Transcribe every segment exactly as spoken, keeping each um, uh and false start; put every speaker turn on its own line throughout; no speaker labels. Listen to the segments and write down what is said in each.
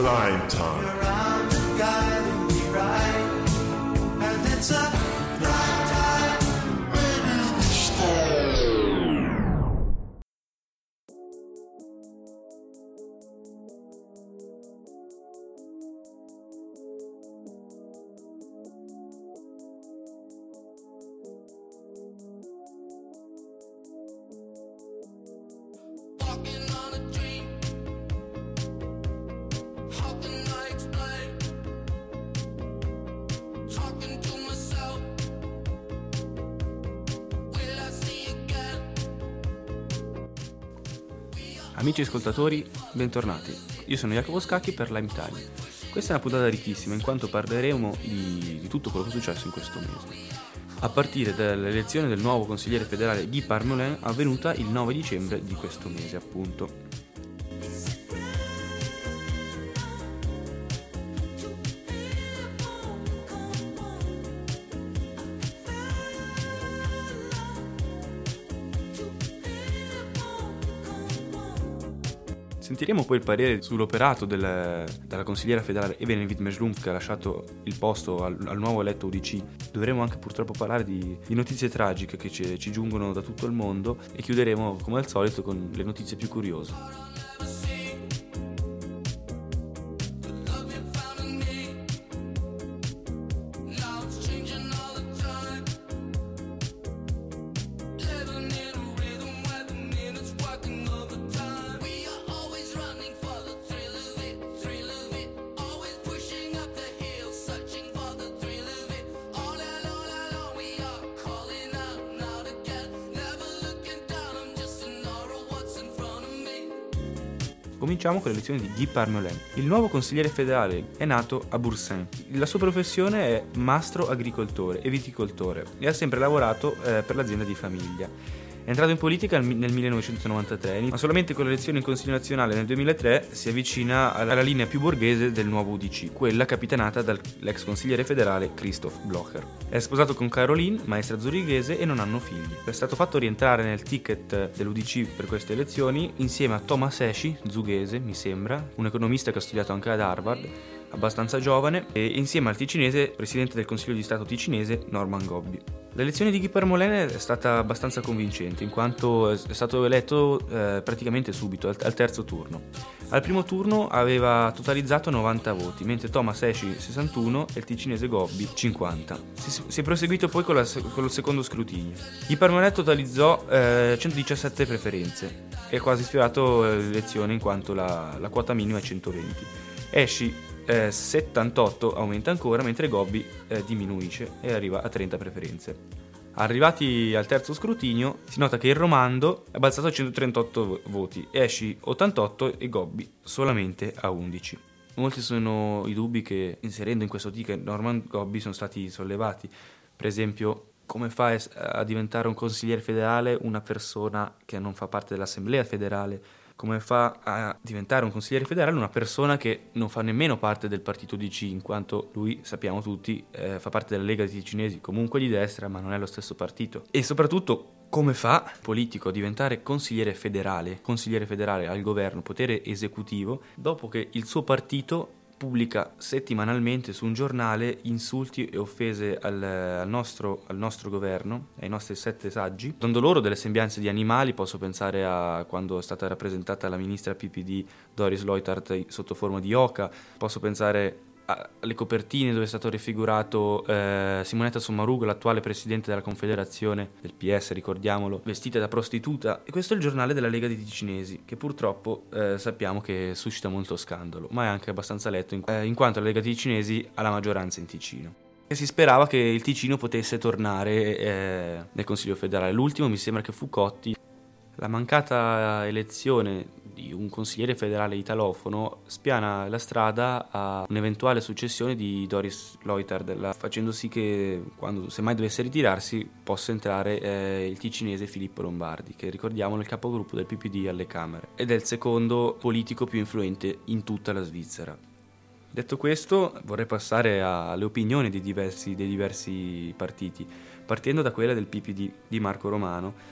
Lime Time.
You're around and guiding me right, and it's a right time.
Amici ascoltatori, bentornati. Io sono Jacopo Scacchi per Lime Time. Questa è una puntata ricchissima in quanto parleremo di, di tutto quello che è successo in questo mese. A partire dall'elezione del nuovo consigliere federale Guy Parmelin, avvenuta il nove dicembre di questo mese, appunto. Sentiremo poi il parere sull'operato del, della consigliera federale Even Wittmer-Schlumpf, che ha lasciato il posto al, al nuovo eletto U D C. Dovremo anche purtroppo parlare di, di notizie tragiche che ci, ci giungono da tutto il mondo e chiuderemo come al solito con le notizie più curiose. Cominciamo con l'elezione di Guy Parmelin. Il nuovo consigliere federale è nato a Boursin. La sua professione è mastro agricoltore e viticoltore e ha sempre lavorato eh, per l'azienda di famiglia. È entrato in politica nel millenovecentonovantatré, ma solamente con l'elezione in Consiglio nazionale nel duemilatré si avvicina alla linea più borghese del nuovo U D C, quella capitanata dall'ex consigliere federale Christoph Blocher. È sposato con Caroline, maestra zurighese, e non hanno figli. È stato fatto rientrare nel ticket dell'U D C per queste elezioni insieme a Thomas Eschi, zughese mi sembra, un economista che ha studiato anche ad Harvard, abbastanza giovane, e insieme al ticinese, presidente del Consiglio di Stato ticinese, Norman Gobbi. L'elezione di Guy Parmelin è stata abbastanza convincente, in quanto è stato eletto eh, praticamente subito, al, al terzo turno. Al primo turno aveva totalizzato novanta voti, mentre Thomas Eschi sessantuno e il ticinese Gobbi cinquanta. Si, si è proseguito poi con, la, con il secondo scrutinio. Guy Parmelin totalizzò eh, centodiciassette preferenze e ha quasi sfiorato l'elezione in quanto la, la quota minima è centoventi. Eschi Eh, settantotto aumenta ancora, mentre Gobbi eh, diminuisce e arriva a trenta preferenze. Arrivati al terzo scrutinio si nota che il Romando è balzato a centotrentotto voti, Eschi ottantotto e Gobbi solamente a undici. Molti sono i dubbi che, inserendo in questo ticket Norman Gobbi, sono stati sollevati. Per esempio, come fa a diventare un consigliere federale una persona che non fa parte dell'Assemblea federale? Come fa a diventare un consigliere federale una persona che non fa nemmeno parte del partito U D C, in quanto lui, sappiamo tutti, eh, fa parte della Lega dei Ticinesi, comunque di destra, ma non è lo stesso partito. E soprattutto, come fa politico a diventare consigliere federale, consigliere federale al governo, potere esecutivo, dopo che il suo partito pubblica settimanalmente su un giornale insulti e offese al, al, nostro, al nostro governo, ai nostri sette saggi, dando loro delle sembianze di animali. Posso pensare a quando è stata rappresentata la ministra P P D Doris Leuthard sotto forma di oca, posso pensare alle copertine dove è stato raffigurato eh, Simonetta Sommaruga, l'attuale presidente della Confederazione del P S, ricordiamolo, vestita da prostituta. E questo è il giornale della Lega dei Ticinesi, che purtroppo eh, sappiamo che suscita molto scandalo, ma è anche abbastanza letto in, eh, in quanto la Lega dei Ticinesi ha la maggioranza in Ticino. E si sperava che il Ticino potesse tornare eh, nel Consiglio federale. L'ultimo mi sembra che fu Cotti. La mancata elezione di un consigliere federale italofono spiana la strada a un'eventuale successione di Doris Leuthard, facendo sì che, quando se mai dovesse ritirarsi, possa entrare eh, il ticinese Filippo Lombardi, che ricordiamo è il capogruppo del P P D alle Camere ed è il secondo politico più influente in tutta la Svizzera. Detto questo, vorrei passare alle opinioni dei diversi, dei diversi partiti, partendo da quella del P P D di Marco Romano,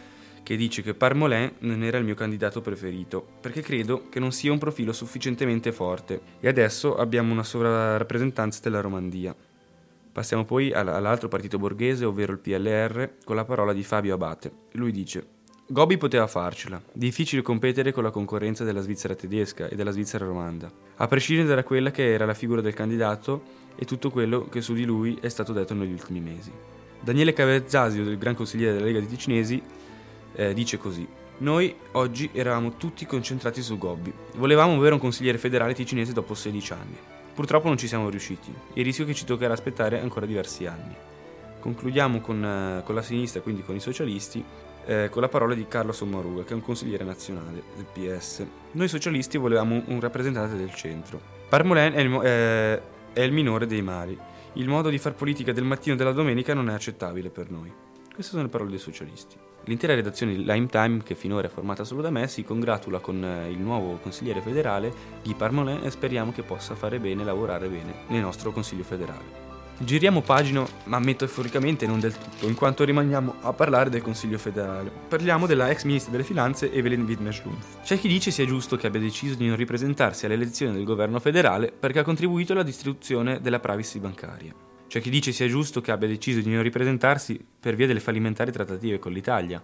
che dice che Parmolin non era il mio candidato preferito, perché credo che non sia un profilo sufficientemente forte, e adesso abbiamo una sovrarappresentanza della Romandia. Passiamo poi all'altro partito borghese, ovvero il P L R, con la parola di Fabio Abate. Lui dice: Gobbi poteva farcela, difficile competere con la concorrenza della Svizzera tedesca e della Svizzera romanda, a prescindere da quella che era la figura del candidato e tutto quello che su di lui è stato detto negli ultimi mesi. Daniele Cavezzasio, del Gran Consigliere della Lega dei Ticinesi, eh, dice così: noi oggi eravamo tutti concentrati su Gobbi, volevamo avere un consigliere federale ticinese dopo sedici anni. Purtroppo non ci siamo riusciti, il rischio che ci toccherà aspettare ancora diversi anni. Concludiamo con, eh, con la sinistra, quindi con i socialisti, eh, con la parola di Carlo Sommaruga, che è un consigliere nazionale del P S. Noi socialisti volevamo un rappresentante del centro. Parmolin è il, eh, è il minore dei mali. Il modo di far politica del mattino e della domenica non è accettabile per noi. Queste sono le parole dei socialisti. L'intera redazione di Lime Time, che finora è formata solo da me, si congratula con il nuovo consigliere federale Guy Parmolin e speriamo che possa fare bene e lavorare bene nel nostro consiglio federale. Giriamo pagina, ma metaforicamente non del tutto, in quanto rimaniamo a parlare del Consiglio federale. Parliamo della ex ministra delle finanze Evelyn Wittmer-Schlumpf. C'è chi dice sia giusto che abbia deciso di non ripresentarsi alle elezioni del governo federale perché ha contribuito alla distruzione della privacy bancaria. C'è chi dice sia giusto che abbia deciso di non ripresentarsi per via delle fallimentari trattative con l'Italia.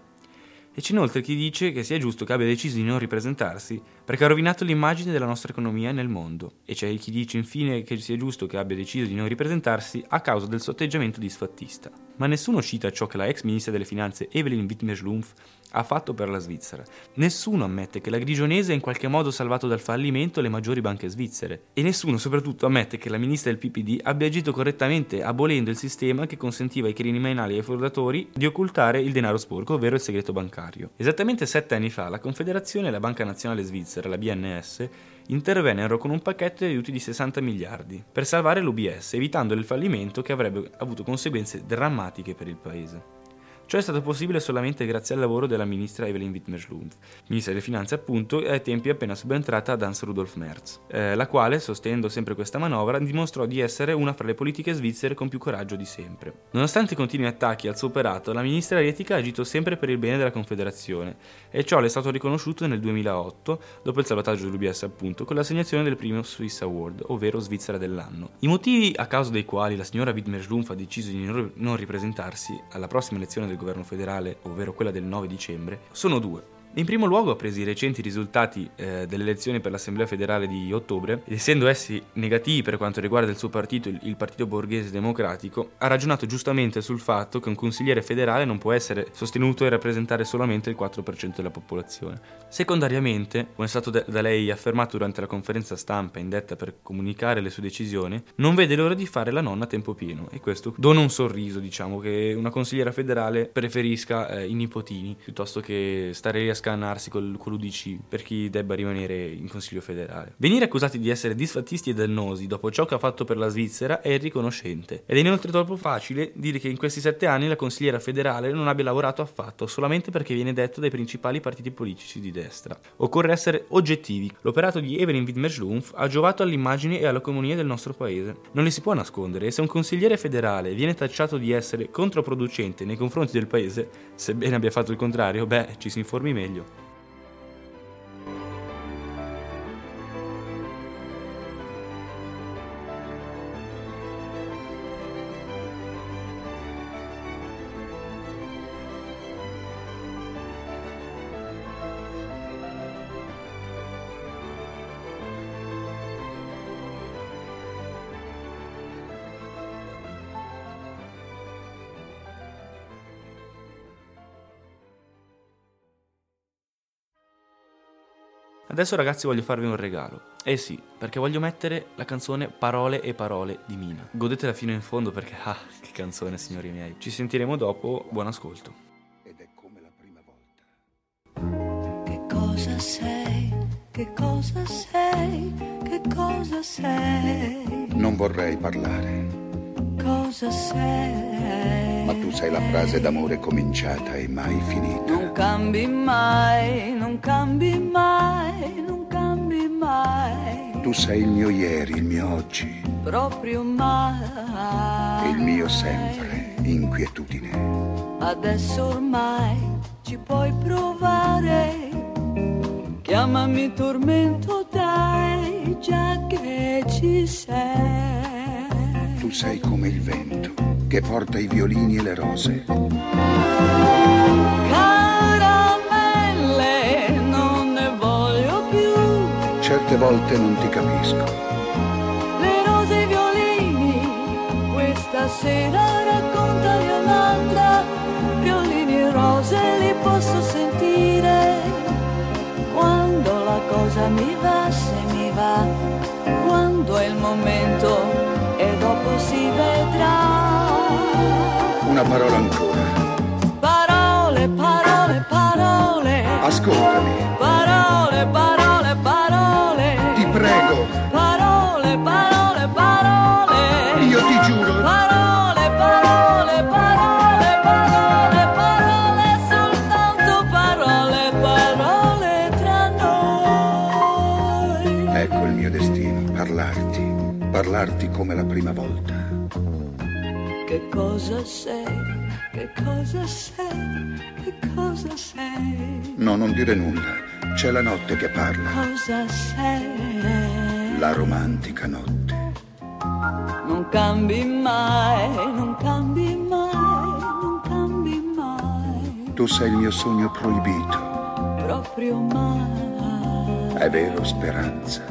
E c'è inoltre chi dice che sia giusto che abbia deciso di non ripresentarsi perché ha rovinato l'immagine della nostra economia nel mondo. E c'è chi dice infine che sia giusto che abbia deciso di non ripresentarsi a causa del suo atteggiamento disfattista. Ma nessuno cita ciò che la ex ministra delle finanze Evelyn Wittmer-Schlumpf ha fatto per la Svizzera. Nessuno ammette che la Grigionese ha in qualche modo salvato dal fallimento le maggiori banche svizzere. E nessuno soprattutto ammette che la ministra del P P D abbia agito correttamente abolendo il sistema che consentiva ai criminali e ai fraudatori di occultare il denaro sporco, ovvero il segreto bancario. Esattamente sette anni fa la Confederazione e la Banca Nazionale Svizzera, la B N S, intervennero con un pacchetto di aiuti di sessanta miliardi per salvare l'U B S, evitando il fallimento che avrebbe avuto conseguenze drammatiche per il paese. Ciò è stato possibile solamente grazie al lavoro della ministra Evelyn Wittmer-Schlumpf, ministra delle finanze appunto, e ai tempi appena subentrata ad Hans Rudolf Merz, eh, la quale, sostenendo sempre questa manovra, dimostrò di essere una fra le politiche svizzere con più coraggio di sempre. Nonostante i continui attacchi al suo operato, la ministra etica ha agito sempre per il bene della Confederazione, e ciò le è stato riconosciuto nel duemilaotto, dopo il salvataggio dell'U B S appunto, con l'assegnazione del primo Swiss Award, ovvero Svizzera dell'anno. I motivi a causa dei quali la signora Wittmer-Schlumpf ha deciso di non ripresentarsi alla prossima elezione del governo federale, ovvero quella del nove dicembre, sono due. In primo luogo ha preso i recenti risultati eh, delle elezioni per l'Assemblea federale di ottobre, ed essendo essi negativi per quanto riguarda il suo partito, il, il Partito Borghese Democratico, ha ragionato giustamente sul fatto che un consigliere federale non può essere sostenuto e rappresentare solamente il quattro per cento della popolazione. Secondariamente, come è stato da, da lei affermato durante la conferenza stampa indetta per comunicare le sue decisioni, non vede l'ora di fare la nonna a tempo pieno, e questo dona un sorriso, diciamo, che una consigliera federale preferisca eh, i nipotini piuttosto che stare lì a scannarsi col, con l'U D C per chi debba rimanere in Consiglio federale. Venire accusati di essere disfattisti e dannosi dopo ciò che ha fatto per la Svizzera è irriconoscente, ed è inoltre troppo facile dire che in questi sette anni la consigliera federale non abbia lavorato affatto solamente perché viene detto dai principali partiti politici di destra. Occorre essere oggettivi. L'operato di Evelyn Wittmer-Schlumpf ha giovato all'immagine e all'economia del nostro paese. Non li si può nascondere, e se un consigliere federale viene tacciato di essere controproducente nei confronti del paese, sebbene abbia fatto il contrario, beh, ci si informi meglio. Adesso ragazzi voglio farvi un regalo. Eh sì, perché voglio mettere la canzone Parole e Parole di Mina. Godetela fino in fondo perché, ah, che canzone signori miei. Ci sentiremo dopo, buon ascolto.
Ed è come la prima volta. Che cosa sei? Che cosa sei? Che cosa sei?
Non vorrei parlare.
Cosa sei?
Ma tu sei la frase d'amore cominciata e mai finita.
Non cambi mai, non cambi mai, non cambi mai.
Tu sei il mio ieri, il mio oggi.
Proprio mai.
E il mio sempre, inquietudine.
Adesso ormai ci puoi provare. Chiamami tormento, dai, già che ci sei.
Tu sei come il vento che porta i violini e le rose.
Caramelle, non ne voglio più.
Certe volte non ti capisco.
Le rose e i violini, questa sera raccontali un'altra. Violini e rose li posso sentire. Quando la cosa mi va, se mi va, quando è il momento e dopo si vedrà.
Una parola ancora.
Parole, parole, parole.
Ascoltami.
Parole, parole, parole.
Ti prego.
Parole, parole, parole.
Io ti giuro.
Parole, parole, parole, parole, parole, soltanto parole, parole tra noi.
Ecco il mio destino, parlarti. Parlarti come la prima volta.
Che cosa sei? Che cosa sei? Che cosa sei?
No, non dire nulla. C'è la notte che parla.
Cosa sei?
La romantica notte.
Non cambi mai, non cambi mai, non cambi mai,
Tu sei il mio sogno proibito.
proprio mai.
È vero, Speranza.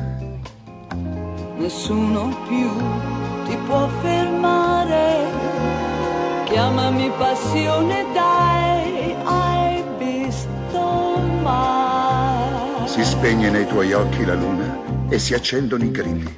Nessuno più ti può fermare. Chiamami passione, dai, hai visto mai?
Si spegne nei tuoi occhi la luna e si accendono i grilli.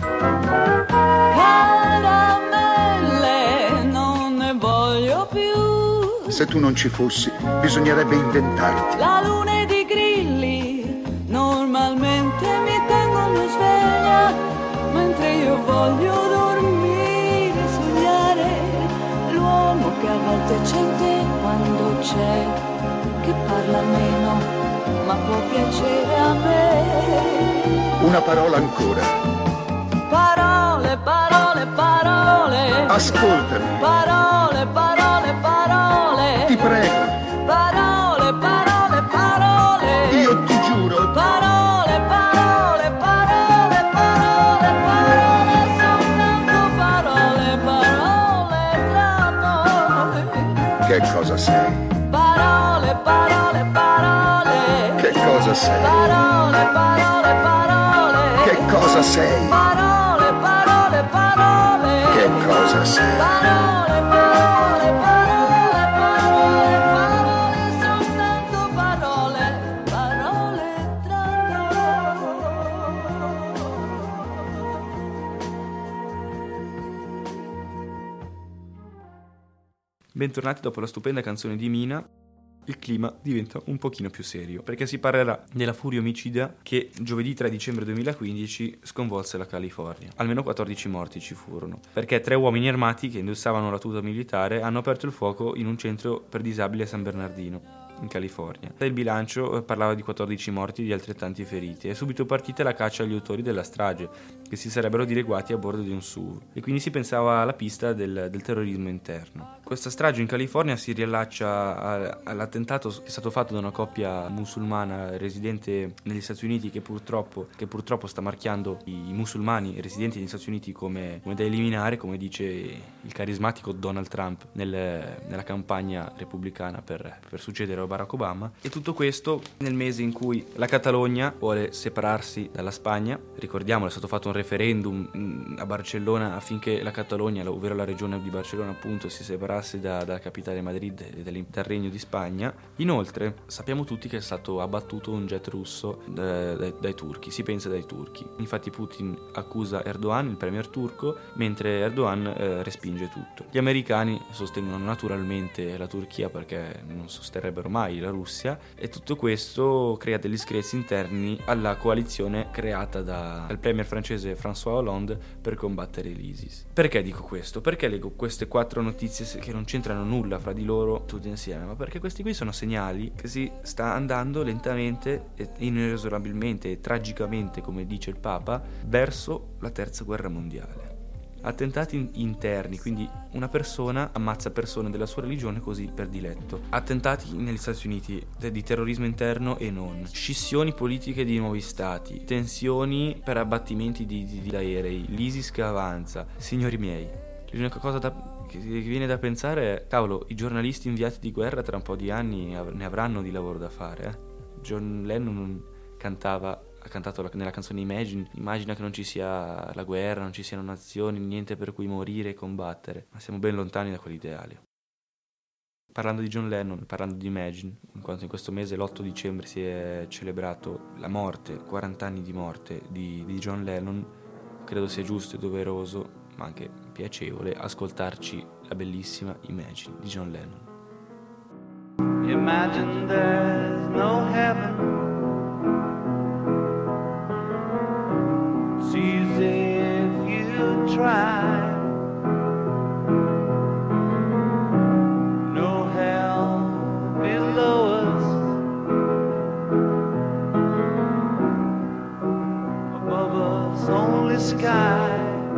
Caramelle, non ne voglio più.
Se tu non ci fossi, bisognerebbe inventarti.
La luna ed i grilli normalmente mi tengono sveglia, mentre io voglio dormire, sognare. L'uomo che a volte c'è in te quando c'è, che parla meno, ma può piacere a me.
Una parola ancora.
Parole, parole, parole.
Ascoltami.
Parole, parole, parole.
Ti prego.
Parole, parole, parole.
Io ti giuro.
Parole, parole, parole, parole, parole, soltanto parole, parole tra noi.
Che cosa sei?
Parole, parole, parole.
Che cosa sei?
Parole, parole, parole.
Che cosa sei?
Parole, parole, parole.
Che cosa sei?
Parole, parole, parole, parole, parole, soltanto parole, parole tra noi.
Bentornati dopo la stupenda canzone di Mina. Il clima diventa un pochino più serio, perché si parlerà della furia omicida che giovedì tre dicembre duemilaquindici sconvolse la California. Almeno quattordici morti ci furono, perché tre uomini armati che indossavano la tuta militare hanno aperto il fuoco in un centro per disabili a San Bernardino, in California. Il bilancio parlava di quattordici morti e di altrettanti feriti. È subito partita la caccia agli autori della strage, che si sarebbero dileguati a bordo di un S U V, e quindi si pensava alla pista del, del terrorismo interno. Questa strage in California si riallaccia a, all'attentato che è stato fatto da una coppia musulmana residente negli Stati Uniti che purtroppo, che purtroppo sta marchiando i musulmani residenti negli Stati Uniti come, come da eliminare, come dice il carismatico Donald Trump nel, nella campagna repubblicana per, per succedere a Barack Obama. E tutto questo nel mese in cui la Catalogna vuole separarsi dalla Spagna. Ricordiamo, è stato fatto un referendum a Barcellona affinché la Catalogna, ovvero la regione di Barcellona appunto, si separasse da, dalla capitale Madrid e dal Regno di Spagna. Inoltre sappiamo tutti che è stato abbattuto un jet russo dai, dai, dai turchi, si pensa dai turchi. Infatti Putin accusa Erdogan, il premier turco, mentre Erdogan eh, respinge tutto. Gli americani sostengono naturalmente la Turchia perché non sosterrebbero mai la Russia, e tutto questo crea degli screzi interni alla coalizione creata da, dal premier francese François Hollande per combattere l'ISIS. Perché dico questo? Perché leggo queste quattro notizie che non c'entrano nulla fra di loro tutte insieme? Ma perché questi qui sono segnali che si sta andando lentamente e inesorabilmente e tragicamente, come dice il Papa, verso la terza guerra mondiale. attentati interni, quindi una persona ammazza persone della sua religione così per diletto, attentati negli Stati Uniti di terrorismo interno e non, scissioni politiche di nuovi stati, tensioni per abbattimenti di, di, di aerei, l'ISIS che avanza. Signori miei, l'unica cosa da che viene da pensare è, cavolo, i giornalisti inviati di guerra tra un po' di anni ne avranno di lavoro da fare, eh? John Lennon cantava, ha cantato la, nella canzone Imagine, immagina che non ci sia la guerra, non ci siano nazioni, niente per cui morire e combattere, ma siamo ben lontani da quell'ideale. Parlando di John Lennon, parlando di Imagine, in quanto in questo mese, l'otto dicembre, si è celebrato la morte, quaranta anni di morte di, di John Lennon, credo sia giusto e doveroso, ma anche piacevole, ascoltarci la bellissima Imagine di John Lennon.
Imagine there's no heaven, it's easy if you try, no hell below us, above us only sky.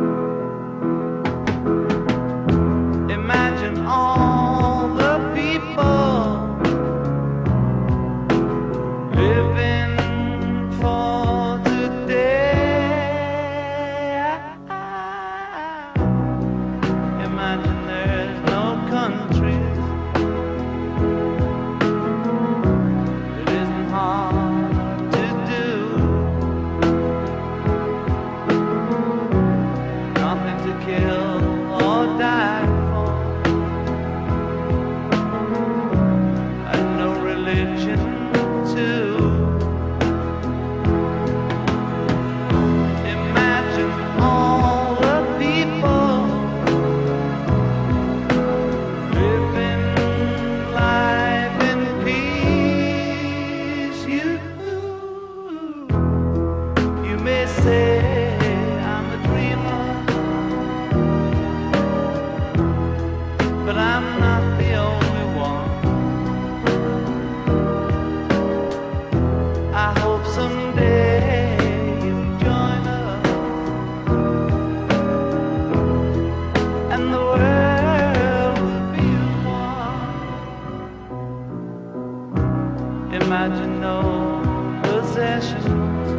Imagine all the people living for today. Imagine there's no countries, it isn't hard to do, nothing to kill or die for, and no religion too. Imagine all the people living life in peace. You, you may say I'm a dreamer, but I'm not the only one. I hope someday you'll join us, and the world will be one. Imagine no possessions,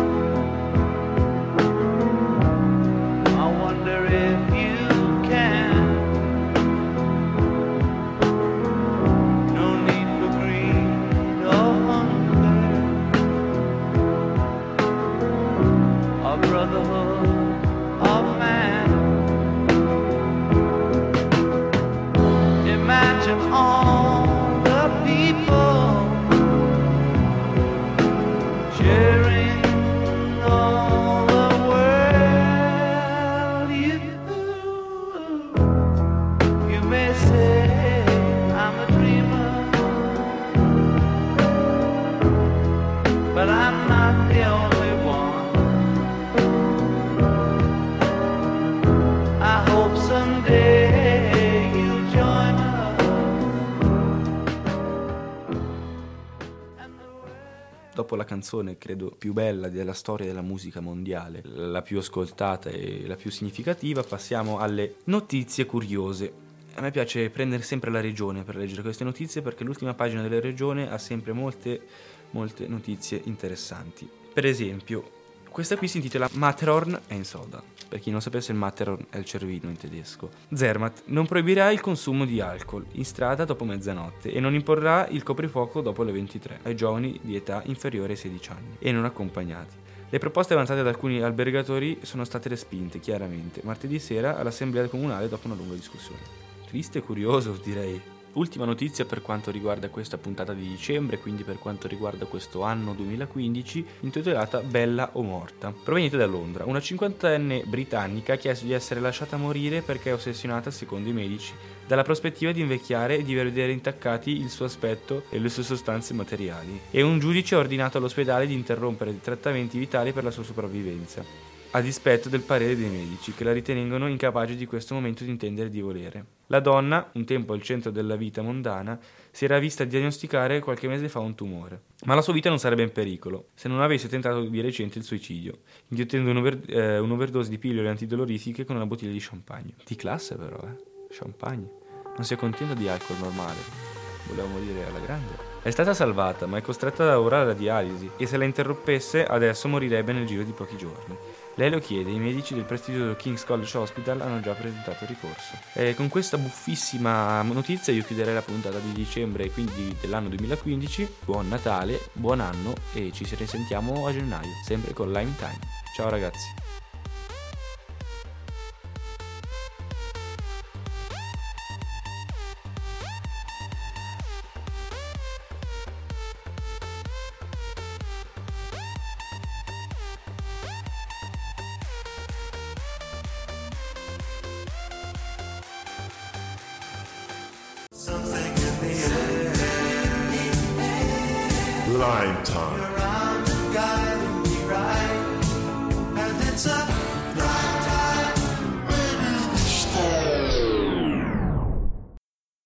I wonder if you can. No need for greed or hunger, or brotherhood of man. Imagine all the people sharing all the world. You, you may say I'm a dreamer, but I'm not the only one. I hope someday you'll join us.
Dopo la canzone, credo, più bella della storia della musica mondiale, la più ascoltata e la più significativa, passiamo alle notizie curiose. A me piace prendere sempre la regione per leggere queste notizie, perché l'ultima pagina della regione ha sempre molte, molte notizie interessanti. Per esempio, questa qui si intitola Matterhorn en soda. Per chi non sapesse, il Matterhorn è il cervino in tedesco. Zermatt non proibirà il consumo di alcol in strada dopo mezzanotte e non imporrà il coprifuoco dopo le ventitré ai giovani di età inferiore ai sedici anni e non accompagnati. Le proposte avanzate da alcuni albergatori sono state respinte, chiaramente, martedì sera all'assemblea comunale dopo una lunga discussione. Triste e curioso, direi. Ultima notizia per quanto riguarda questa puntata di dicembre, quindi per quanto riguarda questo anno duemilaquindici, intitolata Bella o morta. Proveniente da Londra, una cinquantenne britannica ha chiesto di essere lasciata morire perché è ossessionata, secondo i medici, dalla prospettiva di invecchiare e di vedere intaccati il suo aspetto e le sue sostanze materiali. E un giudice ha ordinato all'ospedale di interrompere i trattamenti vitali per la sua sopravvivenza, a dispetto del parere dei medici, che la ritengono incapace di questo momento di intendere e di volere. La donna, un tempo al centro della vita mondana, si era vista diagnosticare qualche mese fa un tumore. Ma la sua vita non sarebbe in pericolo se non avesse tentato di recente il suicidio, inghiottendo un'over- eh, un'overdose di pillole antidolorifiche con una bottiglia di champagne. Di classe però, eh? Champagne. Non si accontenta di alcol normale. Voleva morire alla grande. È stata salvata, ma è costretta a lavorare alla dialisi e se la interrompesse adesso morirebbe nel giro di pochi giorni. Lei lo chiede, i medici del prestigioso King's College Hospital hanno già presentato ricorso. E con questa buffissima notizia io chiuderei la puntata di dicembre, quindi dell'anno duemilaquindici. Buon Natale, buon anno e ci risentiamo a gennaio, sempre con Lime Time. Ciao ragazzi.
Something in the air.
Lime Time.
Around the guy.